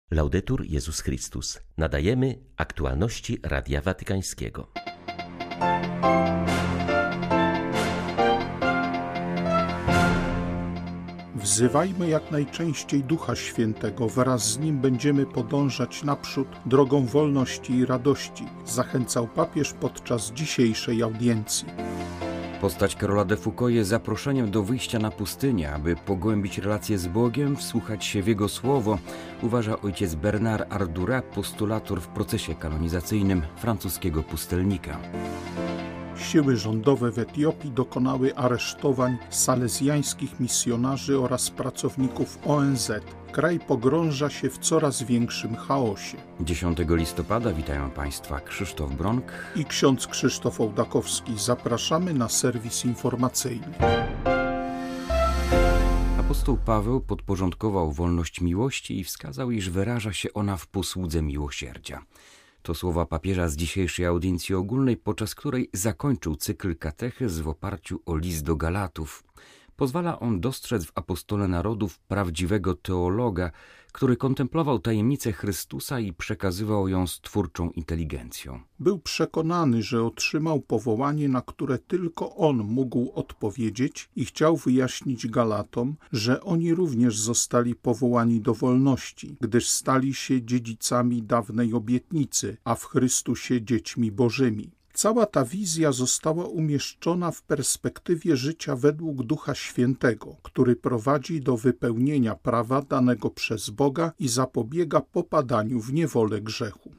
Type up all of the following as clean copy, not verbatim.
Laudetur Jezus Chrystus. Nadajemy aktualności Radia Watykańskiego. Wzywajmy jak najczęściej Ducha Świętego, wraz z Nim będziemy podążać naprzód drogą wolności i radości, zachęcał papież podczas dzisiejszej audiencji. Postać Karola de Foucault jest zaproszeniem do wyjścia na pustynię, aby pogłębić relacje z Bogiem, wsłuchać się w Jego słowo, uważa ojciec Bernard Ardura, postulator w procesie kanonizacyjnym francuskiego pustelnika. Siły rządowe w Etiopii dokonały aresztowań salezjańskich misjonarzy oraz pracowników ONZ. Kraj pogrąża się w coraz większym chaosie. 10 listopada witają Państwa Krzysztof Bronk i ksiądz Krzysztof Ołdakowski. Zapraszamy na serwis informacyjny. Apostoł Paweł podporządkował wolność miłości i wskazał, iż wyraża się ona w posłudze miłosierdzia. To słowa papieża z dzisiejszej audiencji ogólnej, podczas której zakończył cykl katechez w oparciu o list do Galatów. Pozwala on dostrzec w apostole narodów prawdziwego teologa, który kontemplował tajemnicę Chrystusa i przekazywał ją z twórczą inteligencją. Był przekonany, że otrzymał powołanie, na które tylko on mógł odpowiedzieć i chciał wyjaśnić Galatom, że oni również zostali powołani do wolności, gdyż stali się dziedzicami dawnej obietnicy, a w Chrystusie dziećmi Bożymi. Cała ta wizja została umieszczona w perspektywie życia według Ducha Świętego, który prowadzi do wypełnienia prawa danego przez Boga i zapobiega popadaniu w niewolę grzechu.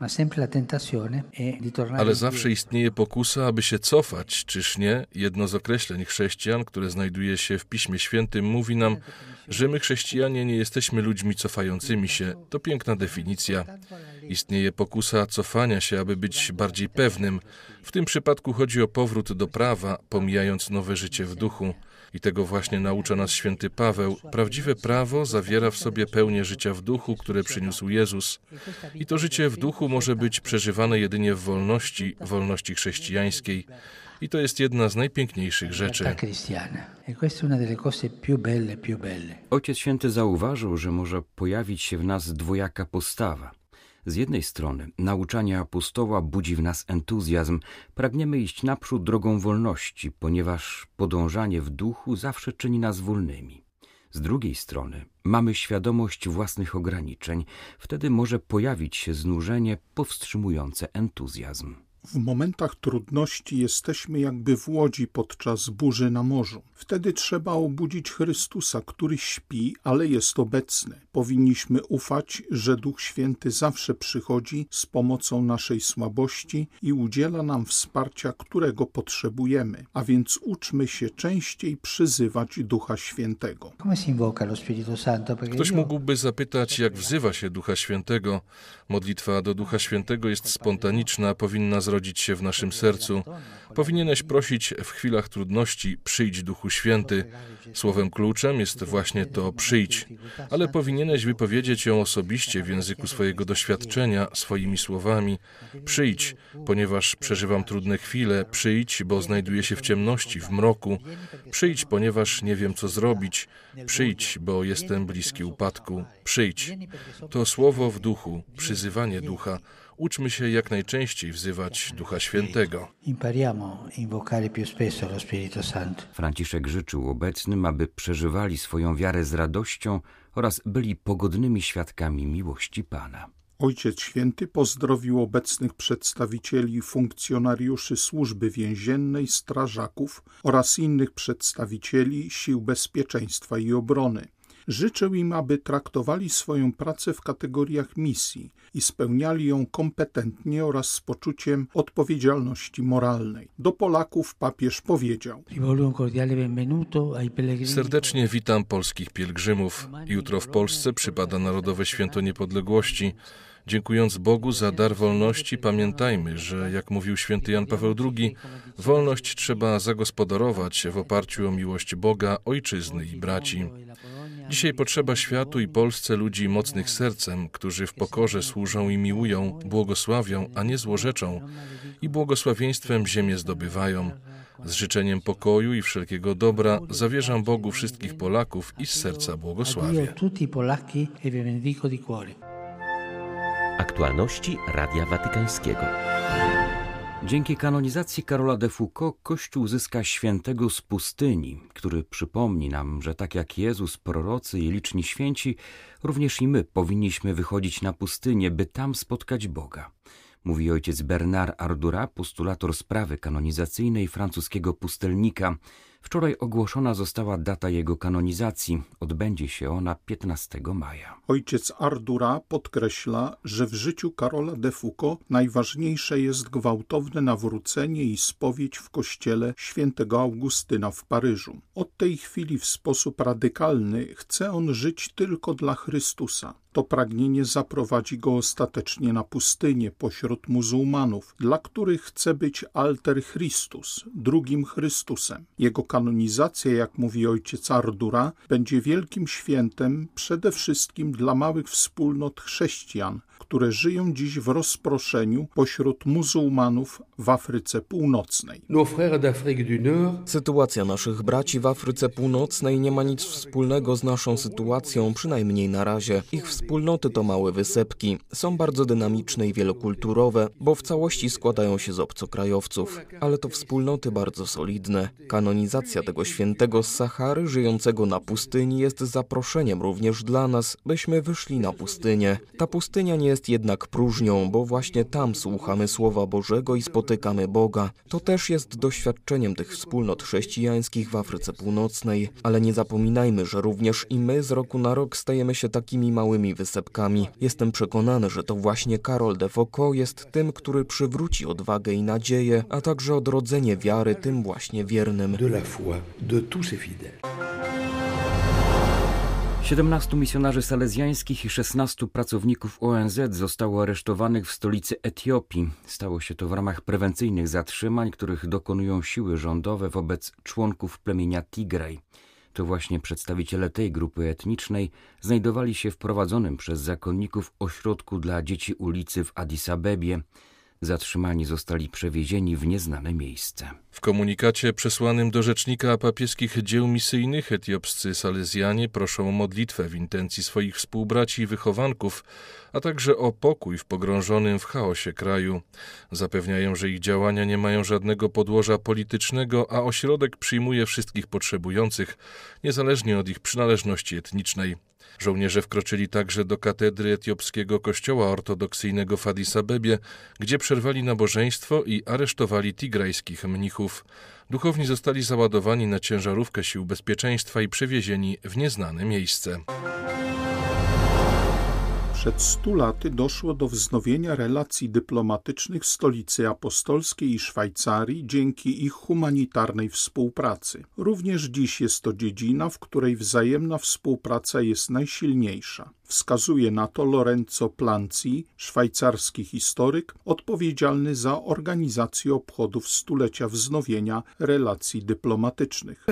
Ale zawsze istnieje pokusa, aby się cofać, czyż nie? Jedno z określeń chrześcijan, które znajduje się w Piśmie Świętym, mówi nam, że my chrześcijanie nie jesteśmy ludźmi cofającymi się. To piękna definicja. Istnieje pokusa cofania się, aby być bardziej pewnym. W tym przypadku chodzi o powrót do prawa, pomijając nowe życie w duchu. I tego właśnie naucza nas święty Paweł. Prawdziwe prawo zawiera w sobie pełnię życia w duchu, które przyniósł Jezus. I to życie w duchu może być przeżywane jedynie w wolności chrześcijańskiej. I to jest jedna z najpiękniejszych rzeczy. Ojciec Święty zauważył, że może pojawić się w nas dwojaka postawa. Z jednej strony nauczanie apostoła budzi w nas entuzjazm. Pragniemy iść naprzód drogą wolności, ponieważ podążanie w duchu zawsze czyni nas wolnymi. Z drugiej strony mamy świadomość własnych ograniczeń. Wtedy może pojawić się znużenie powstrzymujące entuzjazm. W momentach trudności jesteśmy jakby w łodzi podczas burzy na morzu. Wtedy trzeba obudzić Chrystusa, który śpi, ale jest obecny. Powinniśmy ufać, że Duch Święty zawsze przychodzi z pomocą naszej słabości i udziela nam wsparcia, którego potrzebujemy. A więc uczmy się częściej przyzywać Ducha Świętego. Ktoś mógłby zapytać, jak wzywa się Ducha Świętego. Modlitwa do Ducha Świętego jest spontaniczna, powinna zrodzić się w naszym sercu. Powinieneś prosić w chwilach trudności: przyjdź Duchu Święty. Słowem kluczem jest właśnie to przyjdź, ale powinieneś wypowiedzieć ją osobiście w języku swojego doświadczenia, swoimi słowami. Przyjdź, ponieważ przeżywam trudne chwile. Przyjdź, bo znajduję się w ciemności, w mroku. Przyjdź, ponieważ nie wiem, co zrobić. Przyjdź, bo jestem bliski upadku. Przyjdź. To słowo w duchu, przyzywanie ducha. Uczmy się jak najczęściej wzywać Ducha Świętego. Franciszek życzył obecnym, aby przeżywali swoją wiarę z radością oraz byli pogodnymi świadkami miłości Pana. Ojciec Święty pozdrowił obecnych przedstawicieli i funkcjonariuszy służby więziennej, strażaków oraz innych przedstawicieli sił bezpieczeństwa i obrony. Życzył im, aby traktowali swoją pracę w kategoriach misji i spełniali ją kompetentnie oraz z poczuciem odpowiedzialności moralnej. Do Polaków papież powiedział: Serdecznie witam polskich pielgrzymów. Jutro w Polsce przypada Narodowe Święto Niepodległości. Dziękując Bogu za dar wolności, pamiętajmy, że, jak mówił święty Jan Paweł II, wolność trzeba zagospodarować w oparciu o miłość Boga, ojczyzny i braci. Dzisiaj potrzeba światu i Polsce ludzi mocnych sercem, którzy w pokorze służą i miłują, błogosławią, a nie złorzeczą i błogosławieństwem ziemię zdobywają. Z życzeniem pokoju i wszelkiego dobra zawierzam Bogu wszystkich Polaków i z serca błogosławię. Aktualności Radia Watykańskiego. Dzięki kanonizacji Karola de Foucauld Kościół zyska świętego z pustyni, który przypomni nam, że tak jak Jezus, prorocy i liczni święci, również i my powinniśmy wychodzić na pustynię, by tam spotkać Boga. Mówi ojciec Bernard Ardura, postulator sprawy kanonizacyjnej francuskiego pustelnika. Wczoraj ogłoszona została data jego kanonizacji. Odbędzie się ona 15 maja. Ojciec Ardura podkreśla, że w życiu Karola de Foucauld najważniejsze jest gwałtowne nawrócenie i spowiedź w kościele świętego Augustyna w Paryżu. Od tej chwili w sposób radykalny chce on żyć tylko dla Chrystusa. To pragnienie zaprowadzi go ostatecznie na pustynię pośród muzułmanów, dla których chce być alter Christus, drugim Chrystusem. Jego kanonizacja, jak mówi ojciec Ardura, będzie wielkim świętem przede wszystkim dla małych wspólnot chrześcijan, które żyją dziś w rozproszeniu pośród muzułmanów w Afryce Północnej. Sytuacja naszych braci w Afryce Północnej nie ma nic wspólnego z naszą sytuacją, przynajmniej na razie. Ich wspólnoty to małe wysepki. Są bardzo dynamiczne i wielokulturowe, bo w całości składają się z obcokrajowców. Ale to wspólnoty bardzo solidne. Kanonizacja tego świętego z Sahary, żyjącego na pustyni, jest zaproszeniem również dla nas, byśmy wyszli na pustynię. Ta pustynia nie jest jednak próżnią, bo właśnie tam słuchamy Słowa Bożego i spotykamy Boga. To też jest doświadczeniem tych wspólnot chrześcijańskich w Afryce Północnej. Ale nie zapominajmy, że również i my z roku na rok stajemy się takimi małymi wysepkami. Jestem przekonany, że to właśnie Karol de Foucauld jest tym, który przywróci odwagę i nadzieję, a także odrodzenie wiary tym właśnie wiernym. 17 misjonarzy salezjańskich i 16 pracowników ONZ zostało aresztowanych w stolicy Etiopii. Stało się to w ramach prewencyjnych zatrzymań, których dokonują siły rządowe wobec członków plemienia Tigraj. To właśnie przedstawiciele tej grupy etnicznej znajdowali się w prowadzonym przez zakonników ośrodku dla dzieci ulicy w Addis Abebie. Zatrzymani zostali przewiezieni w nieznane miejsce. W komunikacie przesłanym do rzecznika papieskich dzieł misyjnych etiopscy salezjanie proszą o modlitwę w intencji swoich współbraci i wychowanków, a także o pokój w pogrążonym w chaosie kraju. Zapewniają, że ich działania nie mają żadnego podłoża politycznego, a ośrodek przyjmuje wszystkich potrzebujących, niezależnie od ich przynależności etnicznej. Żołnierze wkroczyli także do katedry etiopskiego kościoła ortodoksyjnego w Addis Abebie, gdzie przerwali nabożeństwo i aresztowali tigrajskich mnichów. Duchowni zostali załadowani na ciężarówkę sił bezpieczeństwa i przewiezieni w nieznane miejsce. Przed 100 laty doszło do wznowienia relacji dyplomatycznych stolicy apostolskiej i Szwajcarii dzięki ich humanitarnej współpracy. Również dziś jest to dziedzina, w której wzajemna współpraca jest najsilniejsza. Wskazuje na to Lorenzo Planzi, szwajcarski historyk, odpowiedzialny za organizację obchodów stulecia wznowienia relacji dyplomatycznych.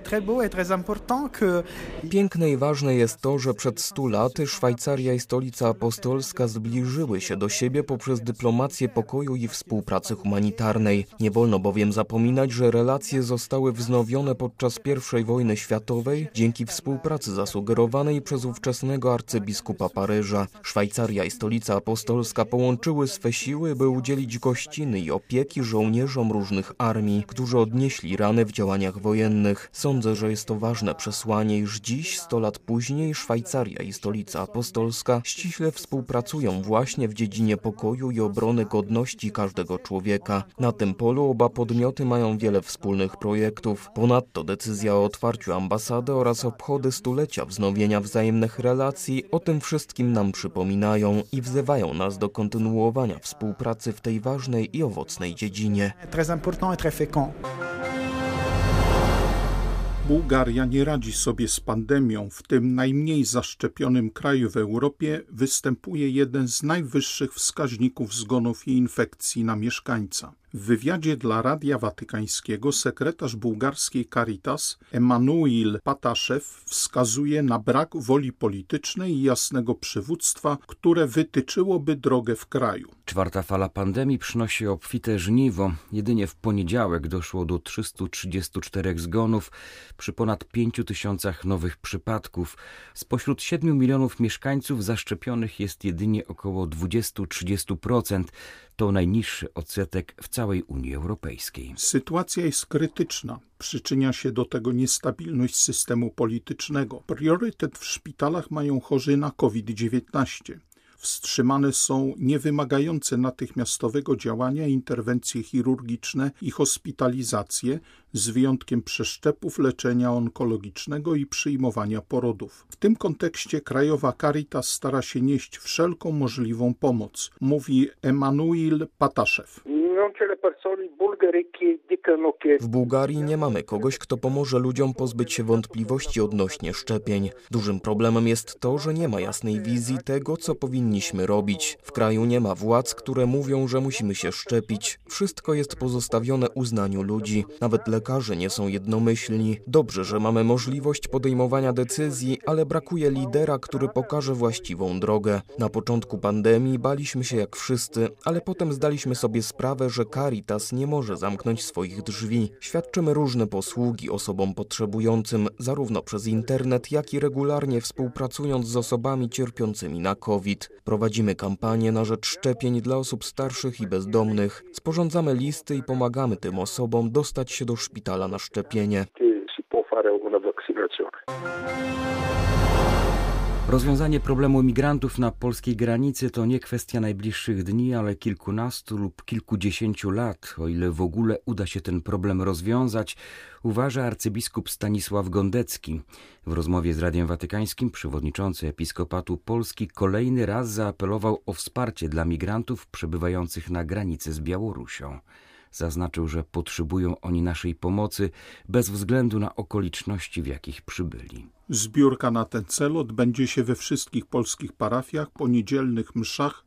Piękne i ważne jest to, że przed 100 laty Szwajcaria i stolica apostolska zbliżyły się do siebie poprzez dyplomację pokoju i współpracy humanitarnej. Nie wolno bowiem zapominać, że relacje zostały wznowione podczas I wojny światowej dzięki współpracy zasugerowanej przez ówczesnego arcybiskupa Paryża. Szwajcaria i stolica apostolska połączyły swe siły, by udzielić gościny i opieki żołnierzom różnych armii, którzy odnieśli rany w działaniach wojennych. Sądzę, że jest to ważne przesłanie, iż dziś, 100 lat później, Szwajcaria i stolica apostolska ściśle współpracują właśnie w dziedzinie pokoju i obrony godności każdego człowieka. Na tym polu oba podmioty mają wiele wspólnych projektów. Ponadto decyzja o otwarciu ambasady oraz obchody stulecia wznowienia wzajemnych relacji o tym wszystkim nam przypominają i wzywają nas do kontynuowania współpracy w tej ważnej i owocnej dziedzinie. Bułgaria nie radzi sobie z pandemią. W tym najmniej zaszczepionym kraju w Europie występuje jeden z najwyższych wskaźników zgonów i infekcji na mieszkańca. W wywiadzie dla Radia Watykańskiego sekretarz bułgarskiej Caritas Emanuil Pataszew wskazuje na brak woli politycznej i jasnego przywództwa, które wytyczyłoby drogę w kraju. Czwarta fala pandemii przynosi obfite żniwo. Jedynie w poniedziałek doszło do 334 zgonów przy ponad 5 000 nowych przypadków. Spośród 7 milionów mieszkańców zaszczepionych jest jedynie około 20-30%. To najniższy odsetek w całej Unii Europejskiej. Sytuacja jest krytyczna. Przyczynia się do tego niestabilność systemu politycznego. Priorytet w szpitalach mają chorzy na COVID-19. Wstrzymane są niewymagające natychmiastowego działania interwencje chirurgiczne i hospitalizacje, z wyjątkiem przeszczepów, leczenia onkologicznego i przyjmowania porodów. W tym kontekście Krajowa Caritas stara się nieść wszelką możliwą pomoc, mówi Emanuil Pataszew. W Bułgarii nie mamy kogoś, kto pomoże ludziom pozbyć się wątpliwości odnośnie szczepień. Dużym problemem jest to, że nie ma jasnej wizji tego, co powinniśmy robić. W kraju nie ma władz, które mówią, że musimy się szczepić. Wszystko jest pozostawione uznaniu ludzi. Nawet lekarze nie są jednomyślni. Dobrze, że mamy możliwość podejmowania decyzji, ale brakuje lidera, który pokaże właściwą drogę. Na początku pandemii baliśmy się jak wszyscy, ale potem zdaliśmy sobie sprawę, że Caritas nie może zamknąć swoich drzwi. Świadczymy różne posługi osobom potrzebującym, zarówno przez internet, jak i regularnie współpracując z osobami cierpiącymi na COVID. Prowadzimy kampanię na rzecz szczepień dla osób starszych i bezdomnych. Sporządzamy listy i pomagamy tym osobom dostać się do szpitala na szczepienie. Rozwiązanie problemu migrantów na polskiej granicy to nie kwestia najbliższych dni, ale kilkunastu lub kilkudziesięciu lat. O ile w ogóle uda się ten problem rozwiązać, uważa arcybiskup Stanisław Gondecki. W rozmowie z Radiem Watykańskim przewodniczący Episkopatu Polski kolejny raz zaapelował o wsparcie dla migrantów przebywających na granicy z Białorusią. Zaznaczył, że potrzebują oni naszej pomocy bez względu na okoliczności, w jakich przybyli. Zbiórka na ten cel odbędzie się we wszystkich polskich parafiach po niedzielnych mszach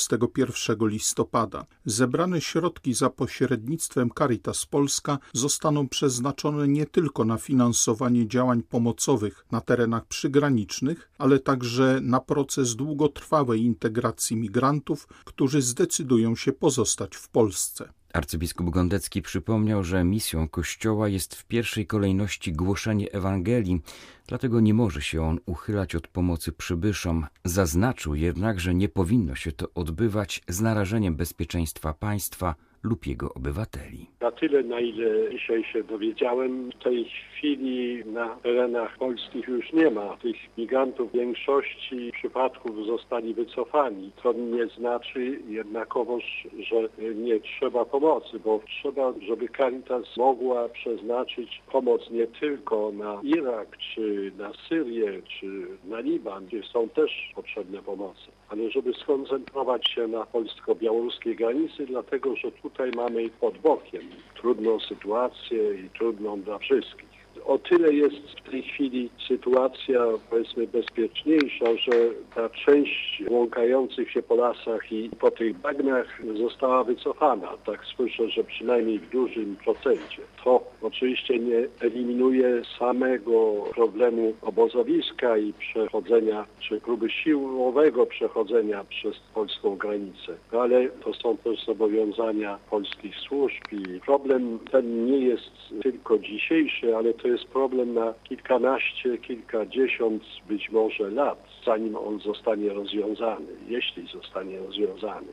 21 listopada. Zebrane środki za pośrednictwem Caritas Polska zostaną przeznaczone nie tylko na finansowanie działań pomocowych na terenach przygranicznych, ale także na proces długotrwałej integracji migrantów, którzy zdecydują się pozostać w Polsce. Arcybiskup Gondecki przypomniał, że misją Kościoła jest w pierwszej kolejności głoszenie Ewangelii, dlatego nie może się on uchylać od pomocy przybyszom. Zaznaczył jednak, że nie powinno się to odbywać z narażeniem bezpieczeństwa państwa lub jego obywateli. Na tyle, na ile dzisiaj się dowiedziałem, w tej chwili na terenach polskich już nie ma tych migrantów. W większości przypadków zostali wycofani. To nie znaczy jednakowoż, że nie trzeba pomocy, bo trzeba, żeby Caritas mogła przeznaczyć pomoc nie tylko na Irak, czy na Syrię, czy na Liban, gdzie są też potrzebne pomocy, ale żeby skoncentrować się na polsko-białoruskiej granicy, dlatego że tutaj mamy pod bokiem trudną sytuację i trudną dla wszystkich. O tyle jest w tej chwili sytuacja, powiedzmy, bezpieczniejsza, że ta część błąkających się po lasach i po tych bagnach została wycofana. Tak słyszę, że przynajmniej w dużym procencie. To oczywiście nie eliminuje samego problemu obozowiska i przechodzenia, czy próby siłowego przechodzenia przez polską granicę. Ale to są też zobowiązania polskich służb i problem ten nie jest tylko dzisiejszy, ale to jest problem na kilkanaście, kilkadziesiąt być może lat, zanim on zostanie rozwiązany, jeśli zostanie rozwiązany.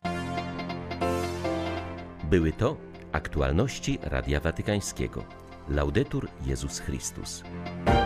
Były to aktualności Radia Watykańskiego. Laudetur Jezus Chrystus.